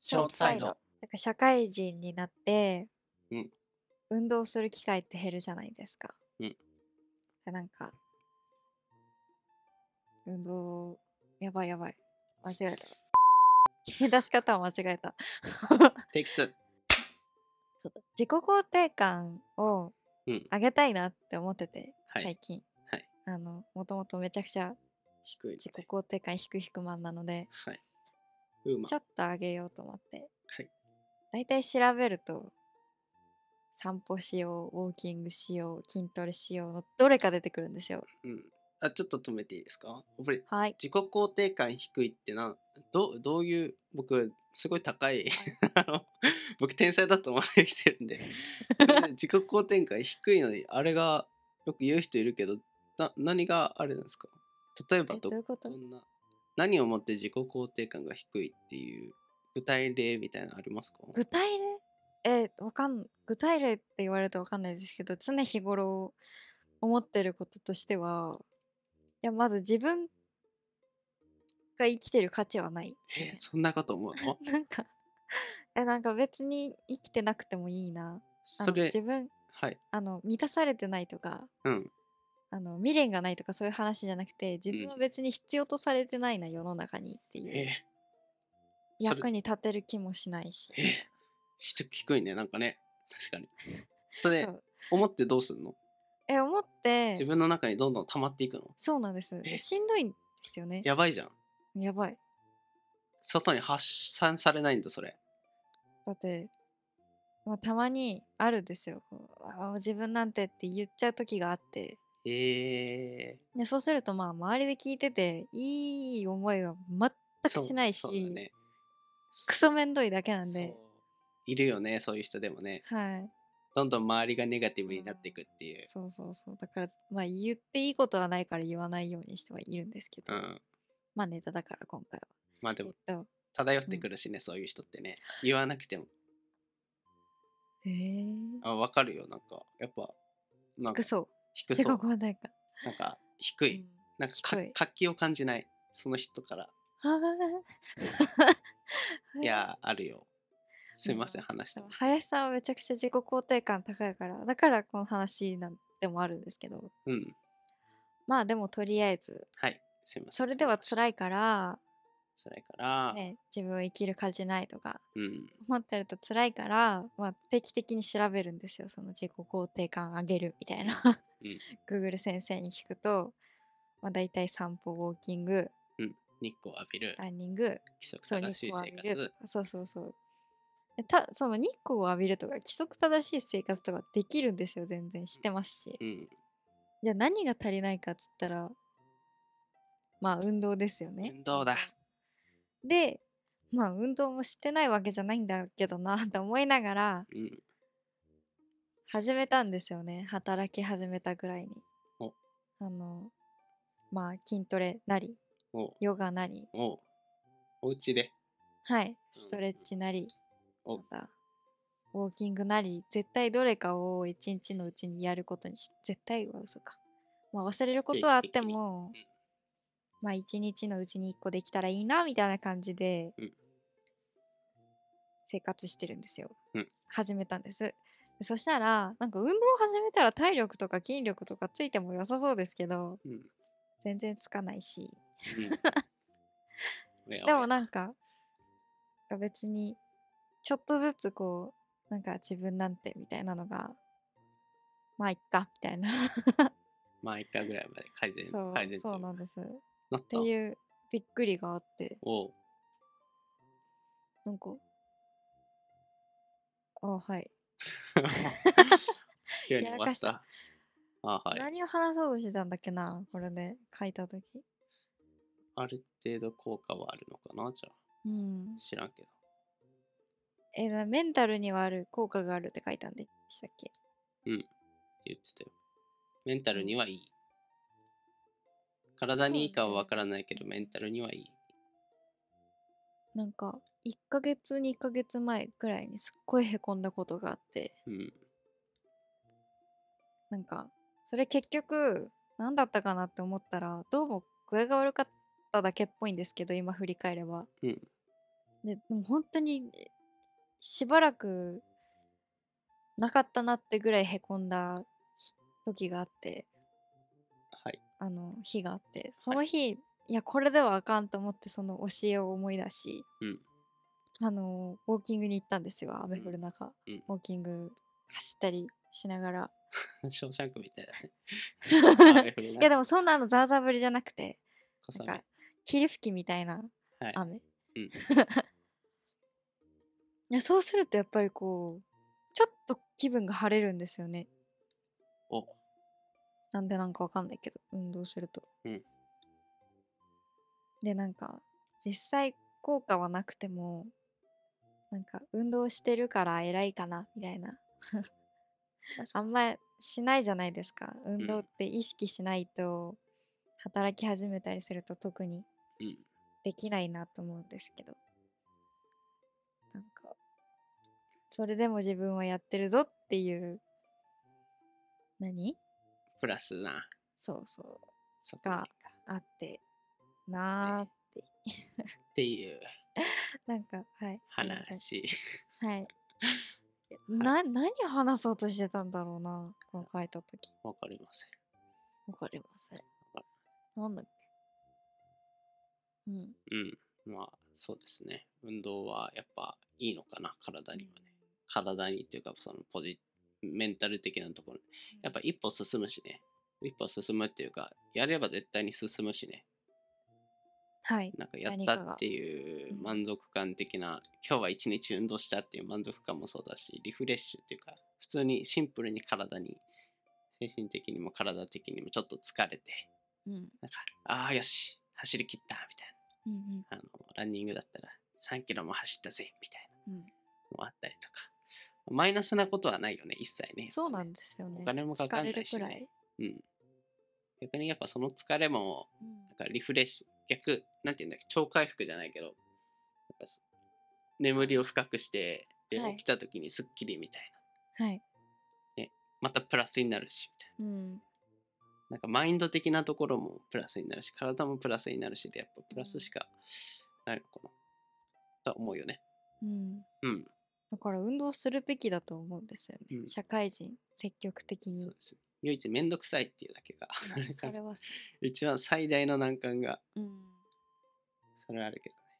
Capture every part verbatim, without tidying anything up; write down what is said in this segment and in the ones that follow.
ショートサイド。 なんか社会人になってうん運動する機会って減るじゃないですか。 うんでなんか運動やばいやばい間違えた。出し方を間違えた。 テイクツー。 そうだ自己肯定感をうん上げたいなって思ってて、 はい最近はい。 あのもともとめちゃくちゃ低いって。 自己肯定感低い低マンなので、 はい。ウーマン。 ちょっと上げようと思って、 はい。 だいたい調べると散歩しよう、ウォーキングしよう、筋トレしようのどれか出てくるんですよ。 うん。あ、ちょっと止めていいですか？やっぱりはい。 自己肯定感低いってな、どどういう、僕、すごい高い、あの僕、天才だと思ってきてるんで、それで自己肯定感低いのに、あれがよく言う人いるけど、な何があれなんですか？例えばえ、 ど、 どういうことどんな、何をもって自己肯定感が低いっていう具体例みたいなのありますか？ 具体例え、わかん、具体例って言われるとわかんないですけど、常日頃思ってることとしては、いや、まず自分が生きてる価値はないみえ、 たいそんなこと思うの？ な。なんか、え、なんか別に生きてなくてもいいな。あの、 それ、 自分、 はい。 あの、満たされてないとか、 うん。 あの、未練がないとかそういう話じゃなくて、自うん。 分は別に必要とされてないな、世の中にっていう。 え、それ、 役に立てる気もしないし。 え、ひ低いね、なんかね。確かに。それ、 そう。 思ってどうすんの？ え、思って、 自分の中にどんどん溜まっていくの？ そうなんです。でえ、 しんどいんですよね。 やばいじゃん。 やばい。 外に発散されないんだ、それ。 だって、まあ、たまにあるんですよ。こうあー自分なんてって言っちゃう時があって。 えー、 で、そうするとまあ周りで聞いてていい思いは全くそう、 しないし、 そうだね。 クソめんどいだけなんそう。 で、 いるよね、そういう人でもね。 はい。 どんどん周りがネガティうん、 ブになっていくっていう。 そうそうそう。だから、まあ言っていいことはないから言わないようにしてはいるんですけど、 うん。 まあネタだから今回は。 まあでも、 えっと、 漂っうん。 てくるしね、そういう人ってね。言わなくても。 へえ、 あ、わかるよ、なんか。やっぱ、なんか、 低そう。自己低そう。 肯定感。 なんか、低い。 うん、 なんかか、 低い。 活気を感じない。その人から。 はいい。 やー、あるよ。すいません、 でも、でも話飛んで。 林さんはめちゃくちゃ自己肯定感高いから、だからこの話なんでもあるんですけど、 うん。 まあでもとりあえず、 はい。すいません、 それでは止めました。 辛いから、 それから、 ね、自分を生きる価値ないとかうん。 思ってると辛いから、まあ定期的に調べるんですよ。その自己肯定感上げるみたいうん。 な。 うん。 Google 先生に聞くと、まあ大体散歩、ウォーキング、 うん。日光浴びる。 ランニング、 規則そう、日正しい光浴びると生活。 か、そうそうそう。えたその日光を浴びるとか規則正しい生活とかできるんですよ、全然知ってますし。 うん。 じゃあ何が足りないかっつったら、まあ運動ですよね。 運動だ。 で、まあ運動もしてないわけじゃないんだけどなって思いながらうん。 始めたんですよね。働き始めたぐらいに。 お、 あの、まあ筋トレなり、 お、 ヨガなり、 お、お家で。 はい、 うん。 ストレッチなり、 お、 またウォーキングなり、絶対どれかを一日のうちにやることにし、絶対は嘘か。まあ忘れるこ定とはあって期的に。 も、まあ一日のうちに一個できたらいいな、みたいな感じでうん。 生活してるんですよ。 うん。 始めたんです。でそしたら、なんか運動を始めたら体力とか筋力とかついても良さそうですけど、 うん。 全然つかないし。 うん。おやでおや。 もなんか、別に、ちょっとずつこう、なんか自分なんてみたいなのが、まあいっか、みたいな。 まあ、一回ぐらいまで改善、 そう、 改善というか。 そうなんです。っなった。 ていうびっくりがあって、 おう。 なんか、あ、はい。 急にやらかした。 終わった。あ、はい。 何を話そうとしてたんだっけな、これで書いたとき。 ある程度効果はあるのかな、じゃあ。 うん。 知らんけど。 え、なメンタルにはある効果があるって書いたんでしたっけ？ うん。って言ってたよ。メンタうん。 ルにはいい。体そうにいいかはわなんですよね。 からないけど、メンタルにはいい。 なんか、いっかげつ、にかげつまえくらいにすっごいへこんだことがあって、 うん。 なんか、それ結局、何だったかなって思ったら、どうも具合が悪かっただけっぽいんですけど、今振り返れば。 うん。 ででも本当にしばらくなかったなってぐらいへこんだひ時があって、 はい。 あの日があって、そはい。 の日、いやこれではあかんと思って、その教えを思い出し、 うん。 あのウォーキングに行ったんですよ。雨うん。 降る中、 うん。 ウォーキング走ったりしながら。 ショーシャンクみたいだね。雨降るいやで中、 もそんなあのザーザー降りじゃなくて、なんか小雨。 霧吹きみたいなはい。 雨。 うん。 いやそうするとやっぱりこうちょっと気分が晴れるんですよね。 お、 なんでなんかわかんないけど、運動すると。 うん。 でなんか実際効果はなくても、なんか運動してるから偉いかなみたいな。 確かあんましないじゃないですか。 に。 運動っうん。 て意識しないと、働き始めたりすると特にうん。 できないなと思うんですけど、なんかそれでも自分はやってるぞっていう、何プラスなそうそうが側面があってなーって。 っていうなんかはいすいません。 話。 はい。 はい。 な何話そうとしてたんだろうな、この書いた時。 わかりません。 わかりません。 わかなんだっけ。うん。 うん。まあ、そうですね。運動はやっぱいいのかな、体にはね。体にっていうか、そのポジ、メンタル的なところ。やっぱ一歩進むしね。一歩進むっていうか、やれば絶対に進むしね。 はい。 なんかやっ何かが。 たっていう満足感的な、今日は一日運動したっていう満足感もそうだし、リフレッシュっていうか、普通にシンプルに体に、精神的にも体的にもちょっと疲れて、 うん。うんなんか、ああ、よし、走り切ったみたいうん。 な。あの、ランニングだったらさんキロも走ったぜみたいうん。 なのもあったりとか。マイナスなことはないよね、一切ね。やっぱね、 そうなんですよおね。 金もかかんな疲れるいしね。 くらい。 うん。逆にやっぱその疲れも、 うん。 なんかリフレッシュ、逆、なんていうんだっけ、超回復じゃないけど、なんか眠りを深くして、で、 はい。 起きた時にスッキリみたいはい。 な。ね、またプラスになるし、みたいうん。 な。なんかマインド的なところもプラスになるし、体もプラスになるしで、やっぱプラスしかないのかな、と思うよね。 うん。 うん。 だから運動するべきだと思うんですよね。 うん。 社会人、積極的に。 そうです。唯一めんどくさいっていうだけが、 いや、 あれかな。 それはそう。 一番最大の難関が、 うん。 それはあるけどね。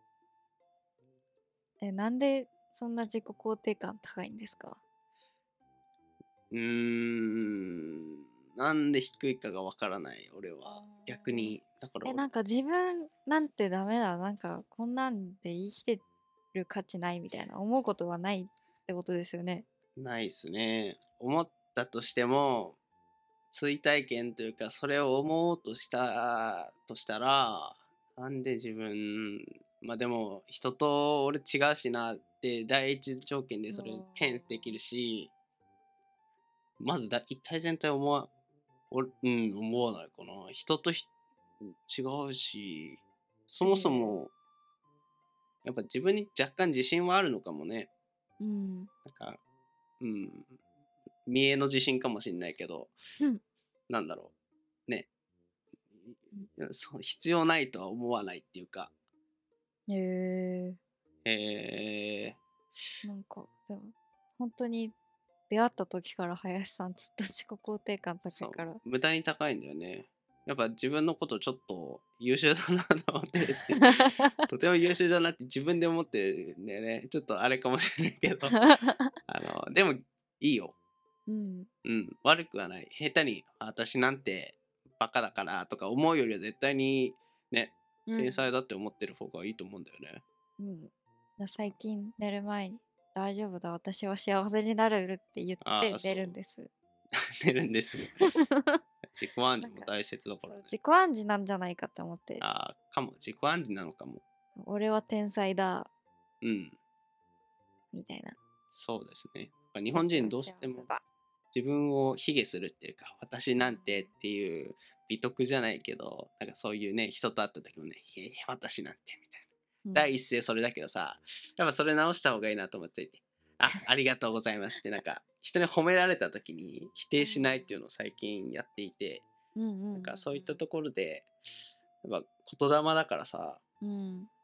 え、なんでそんな自己肯定感高いんですか？ うーん。なんで低いかがわからない、俺は。逆に、だからえ、 俺、 なんか自分なんてダメだ、なんかこんなんで生きてる価値ないみたいな思うことはないってことですよね。 ないっすね。思ったとしても、追体験というか、それを思おうとしたとしたら、なんで自分、まあでも、人と俺違うしなって第一条件でそれペンできるし、まずだ一体全体思わ、俺うん、思わないかな。人とひ違うし、そもそし、 も、やっぱ自分に若干自信はあるのかもね。 うん。 なんか、うん、見栄の自信かもしんないけど、 うん。 なんだろう。ね、そう必要ないとは思わないっていうか、 へえ。 えなんか、でも、本当に出会った時から林さんずっと自己肯定感ー、そう、 高いから。 無駄に高いんだよね。やっぱ自分のことちょっと優秀だなと思ってるって、とても優秀だなって自分で思ってるんだよね。ちょっとあれかもしれないけど、あの、でもいいよ。 うん。 うん、悪くはない。下手に私なんてバカだからとか思うよりは絶対にね、 うん。 天才だって思ってる方がいいと思うんだよね。 うん。だ最近寝る前に大丈夫だ、私は幸せになれるって言っああ、 て寝るんそです。 う。寝るんです。自己暗なんか、 示も大切だからね。 そう、自己暗示なんじゃないかって思って、 ああ、かも。自己暗示なのかも。 俺は天才だ、 うん。 みたいな。 そうですね。日本人私は幸どうしてもせだ。 自分を卑下するっていうか、私なんてっうていう美徳じゃないけど、なんかそういうね、人と会った時もね、いやいや、私なんてみたいな。 ん。 第一声それだけどさ、やっぱそれ直した方がいいなと思っていて、あ、ありがとうございますって、なんか人に褒められた時に否定しないっていうのを最近やっていて、 うんうんうんなんかそういったところで、やっぱ言霊だからさ、 うん。うん。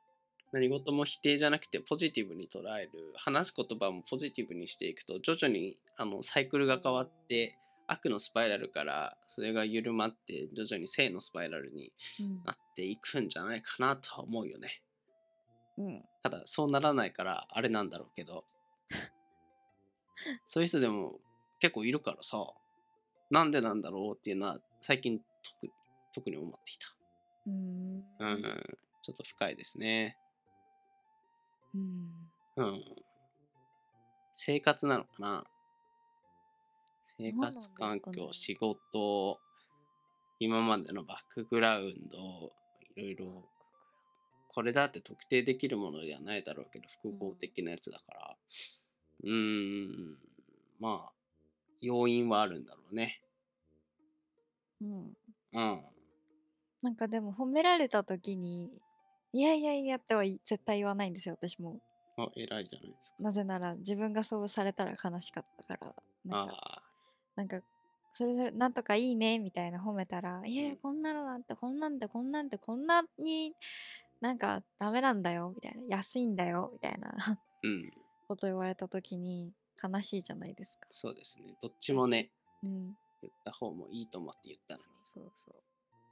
何事も否定じゃなくてポジティブに捉える、話す言葉もポジティブにしていくと徐々にあのサイクルが変わって悪のスパイラルからそれが緩まって徐々に正のスパイラルにうんなっていくんじゃないかなとは思うよね。 うんただそうならないからあれなんだろうけど、そういう人でも結構いるからさ、なんでなんだろうっていうのは最近特特に思っていた。 うーんうん、ちょっと深いですね。 うんうん。生活なのかな。生どうなんです活環かね。 境、仕事、今までのバックグラウンド、いろいろ、これだって特定できるものではないだろうけど、複合的なやつだから、うーん、まあ、要因はあるんだろうね。 うんうん。 なんかでも褒められた時にいやいやいやっては絶対言わないんですよ私も。 あ、偉いじゃないですか。 なぜなら自分がそうされたら悲しかったからなんかあなんかそれぞれなんとかいいねみたいな褒めたらいやいやうんこんなのなんてこんなんでこんなんでこんなになんかダメなんだよみたいな安いんだよみたいなあ、うん。 こと言われた時に悲しいじゃないですか。 そうですね。どっちもね、 うん言った方もいいと思って言ったのそうそうそう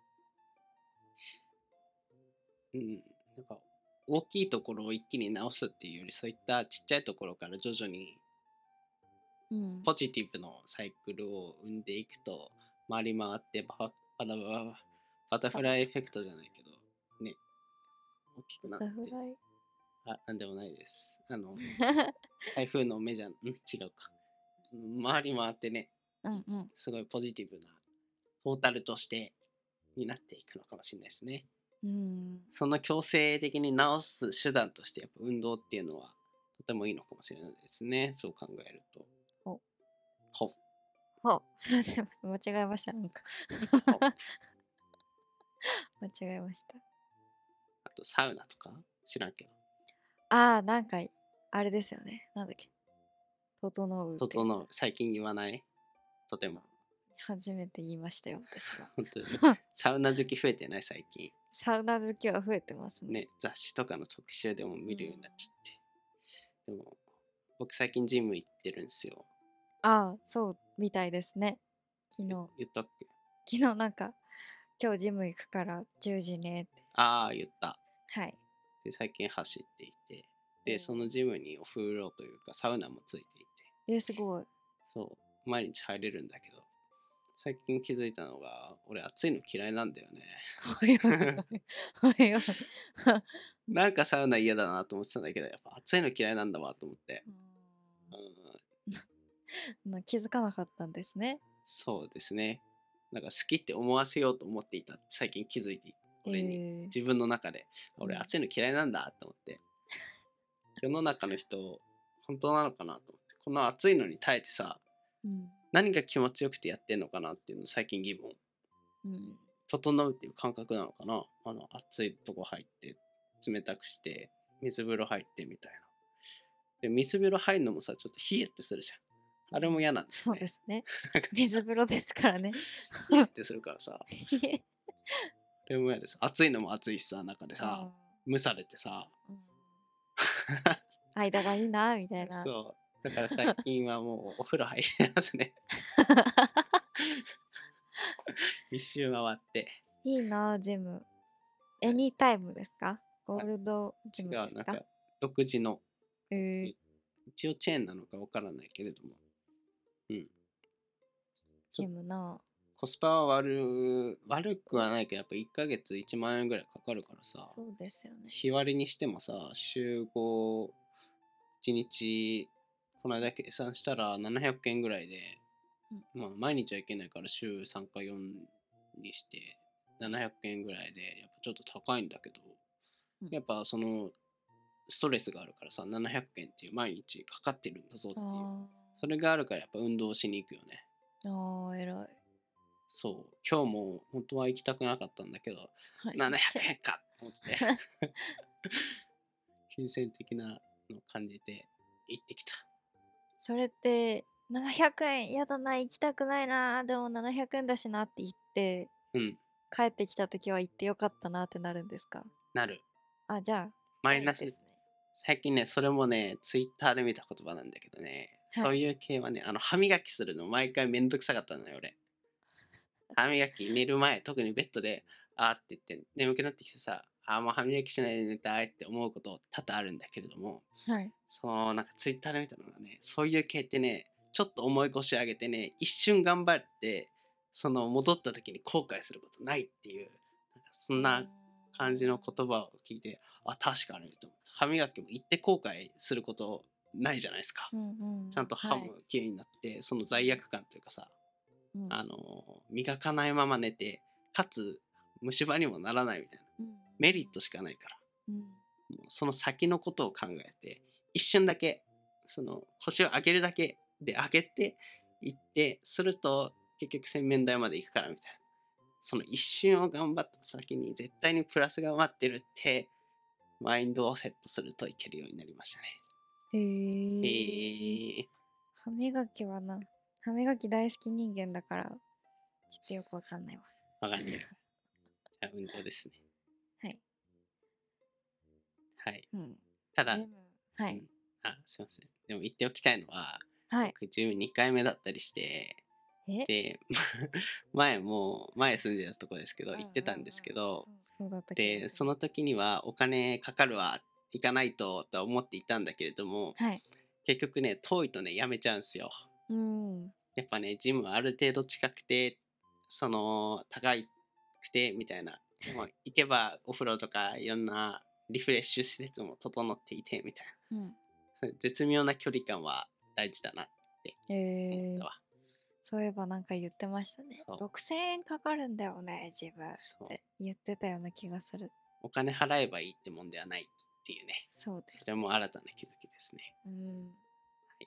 に。うん。なんか、大きいところを一気に直すっていうより、そういったちっちゃいところから徐々にうんポジティブのサイクルを生んでいくと、回り回ってバババタバババタフライエフェクトじゃないけど、ね、大きくなってバタフ。ライあ、なんでもないです。あの、台風の目じゃん、うん、違うか。うん回り回ってね、 うんうんすごいポジティブなトータルとしてになっていくのかもしれないですね。 うんその強制的に直す手段としてやっぱ運動っていうのはとてもいいのかもしれないですね。そう考えると。 ほほうほすいません間違えましたなんかほう間違えました。 あとサウナとか知らんけど。 ああなんかあれですよねなんだっけ整うってやつ整う。最近言わないとても。 初めて言いましたよ私は。 本当ですね。サウナ好き増えてない最近。 サウナ好きは増えてますね。 ね、雑誌とかの特集でも見るようになっちゃって。でも、僕最近ジム行ってるんですよ。 ああそうみたいですね。昨日言ったっけ。 昨日なんか今日ジム行くからじゅうじねってああ、言った。 はいで、最近走っていて。で、 おーそのジムにお風呂というかサウナもついていて。 えー、すごいそう、毎日入れるんだけど、最近気づいたのが、俺暑いの嫌いなんだよね。 はいはいはいはいなんかサウナ嫌だなと思ってたんだけど、やっぱ暑いの嫌いなんだわと思って。うん、 うん気づかなかったんですね。 そうですね。なんか好きって思わせようと思っていた。最近気づいて、俺に。 えー自分の中で。俺うん暑いの嫌いなんだと思って。世の中の人、本当なのかなと思って。この暑いのに耐えてさ、 うん何が気持ちよくてやってんのかなっていうの最近疑問。 うん整うっていう感覚なのかな。あの暑いとこ入って冷たくして水風呂入ってみたいな。で水風呂入るのもさちょっと冷えってするじゃん。あれも嫌なんですそうね。 ですね。 なんか水風呂ですからね。 冷えってするからさ。あれも嫌です。暑いのも暑いしさ中でさ蒸されてさ。 うん間がいいなみたいな。 そうだから最近はもうお風呂入りますね。一周回って。 いいなジム。エニータイムですか？ゴールドジ違うムですか？ なんか独自のえー、 一応チェーンなのかわからないけれども、うん、 ジムな。 コスパは悪悪くはないけどやっぱいっかげついちまん円ぐらいかかるからさ、 そうですよね。 日割りにしてもさ週ごいちにちこの間計算したらななひゃくえんぐらいで、まあ毎日はいけないから週さんかよんにしてななひゃくえんぐらいでやっぱちょっと高いんだけど、 うんやっぱそのストレスがあるからさななひゃくえんっていう毎日かかってるんだぞっていうあそれがあるからやっぱ運動しに行くよね。 ーあー、偉い。 そう今日も本当は行きたくなかったんだけど、 はい、 ななひゃくえんかと思って金銭的なのを感じて行ってきた。 それってななひゃくえんやだな行きたくないなでもななひゃくえんだしなって言ってうん帰ってきた時は行ってよかったなってなるんですか？ なる。 あじゃあマイナスですね。 最近ね、それもね、ツイッターで見た言葉なんだけどね、そうはい。 いう系はね、あの歯磨きするの毎回めんどくさかったのよ、俺。歯磨き寝る前、特にベッドで、あーって言って眠くなってきてさ、あーもう歯磨きしないで寝たいって思うこと多々あるんだけれども、 はい。 そのなんかツイッターで見たのがね、そういう系ってね、ちょっと重い腰上げてね、一瞬頑張って、その戻った時に後悔することないっていう、なんかそんな感じの言葉を聞いて、あ、確かにと思って。歯磨きも行って後悔することないじゃないですか。 うんうん。 ちゃんと歯はい。 もきれいになって、その罪悪感というかさ、 うんあの磨かないまま寝て、かつ虫歯にもならないみたいなうんメリットしかないから、 うんもうその先のことを考えて、一瞬だけその腰を上げるだけで上げていってすると結局洗面台まで行くからみたいな、その一瞬を頑張った先に絶対にプラスが待ってるってマインドをセットするといけるようになりましたね。 へええ。 ー、 歯磨きはな、歯磨き大好き人間だから、ちょっとよくわかんないわ。 わかんない。じゃあ運動ですね。 はい。 はい。 うん。 ただ、 ジム、はうん、 い。 あ、すいません。でも言っておきたいのは、 はい。 僕ジムにかいめだったりして、 えで、前も前住んでたとこですけど、 うんうんうん。 行ってたんですけど、 そう、そうだった気がで、 する。 その時にはお金かかるわ、行かないとと思っていたんだけれども、 はい。 結局ね、遠いとね、やめちゃうんですよ。 うん。 やっぱね、ジムはある程度近くて、その、高くてみたいな、でも行けばお風呂とかいろんなリフレッシュ施設も整っていてみたいうん。 な、絶妙な距離感は大事だなって思っえー、 たわ。 そういえばなんか言ってましたね。 そうろくせんえんかかるんだよね、ジムっそうて言ってたような気がする。 お金払えばいいってもんではないっていうね、 そうです、ね。 それも新たな気づきですね。 うん。 はい、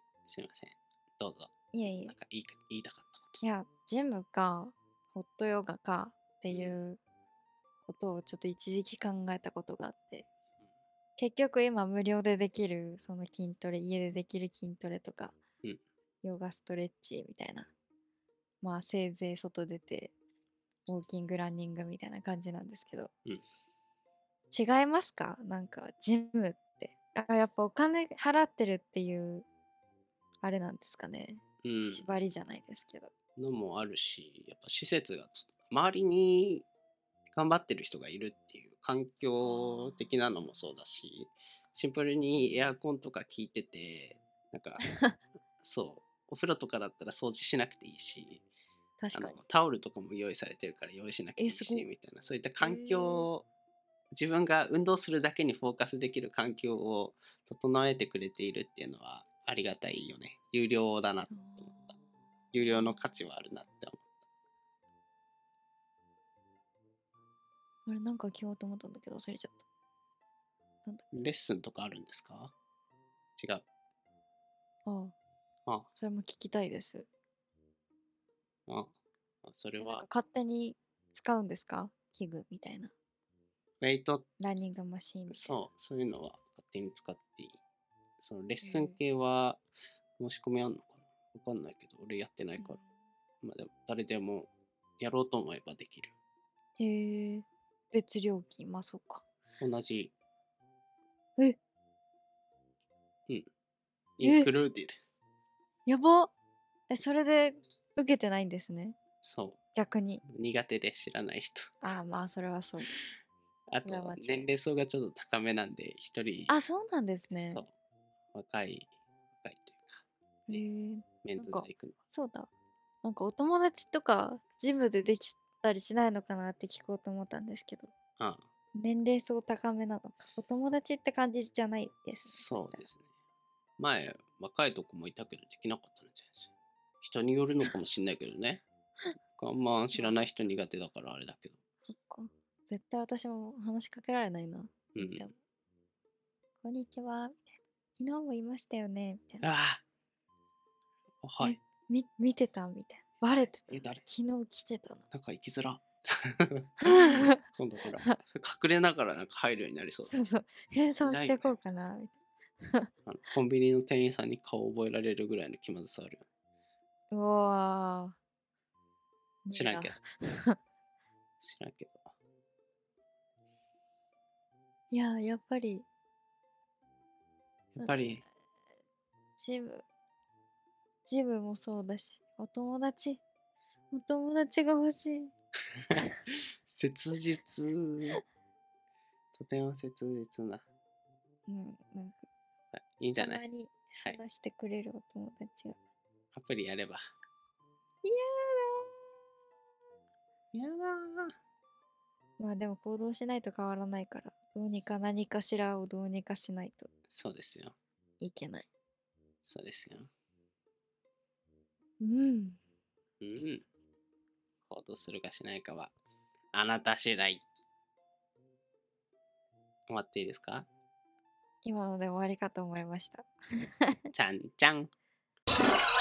すいません。どうぞ。 いえいえ。 なんか言いか言いたかったこと。 いや、ジムか、ホットヨガかっていうことをちょっと一時期考えたことがあって、結局今無料でできるその筋トレ、家でできる筋トレとか、 うん、 ヨガストレッチみたいな、まあせいぜい外出てウォーキングランニングみたいな感じなんですけど、 うん、 違いますか？なんかジムってあやっぱお金払ってるっていうあれなんですかね、 うん、 縛りじゃないですけど。 のもあるし、やっぱ施設が周りに頑張ってる人がいるっていう環境的なのもそうだし、シンプルにエアコンとか効いてて、なんかそうお風呂とかだったら掃除しなくていいし、あの確かに。 タオルとかも用意されてるから用意しなくていいえすごっ。 しみたいな、そういったえ環ー、 境、自分が運動するだけにフォーカスできる環境を整えてくれているっていうのはありがたいよね。有料だなって思った。有料の価値はあるなって思あれなんか聞こうと思ったんだけど忘れちゃった。なんだ。 う。レッスンとかあるんですか？違う。 ああ、 あそれも聞きたいです。 あ、あそれえ、なんはか勝手に使うんですか？器具みたいな。 ウェイト、 ランニングマシーンみたいな。 そう、そういうのは勝手に使っていい。そのレッへスンえ。 系は申し込みあんのかな、わかんないけど、俺やってなうん。 いから。まあでも誰でもやろうと思えばできる。 へえ。別料金、まあそうか。 同じ、 え、 うん、インえ、 クルーディド。 やば。え、それで受けてないんですね。 そ逆に。 う、苦手で知らない人。 ああ、まあそれはそう。 あそれは間と、 違いない。 年齢層がちょっと高めなんで、一人、 あ、そうなんですね。 そう、若い、若いというか、 へね、 え。 メンなんか、 ズが行くのは。 そうだ。なんかお友達とかジムでできたりしないのかなって聞こうと思ったんですけど。 ああ、 年齢層高めなのか。お友達って感じじゃないですね。そしたら。 そうですね。前、若いとこもいたけど、できなかったね、全然。人によるのかもしんないけどね。あんま知まあ、 らない人苦手だからあれだけど。 そっか。絶対私も話しかけられないな。 うん。 でも、こんにちは。みたいな。昨日もいましたよね。みたいな。 ああ、はえ、 い。 み、見てたみたいな。バレてた。 え、誰昨日来てたの。 なんか行きづら。今度ほら、隠れながらなんか入るようになりそうだ。 そうそう。変装ないよね。 していこうかな。みあのコンビニの店員さんに顔覚えられるぐらいの気まずさあるよ。 たいな。うわー。無理だ。 知らんけど。知らんけど。 いやー、やっぱりやっぱりジム、ジムもそうだし、お友達、お友達が欲しい。 切実。とても切実な。 うん、なんか、 いいんじゃない？ たまにはい。 話してくれるお友達が。 アプリやれば。 いややだー。 ー。まあでも行動しないと変わらないから、どうにか何かしらをどうにかしないとそうですよ。 いけない。 そうですよ。 うん。 うん。行動するかしないかは、あなた次第。終わっていいですか？ 今ので終わりかと思いました。 ちゃんちゃん。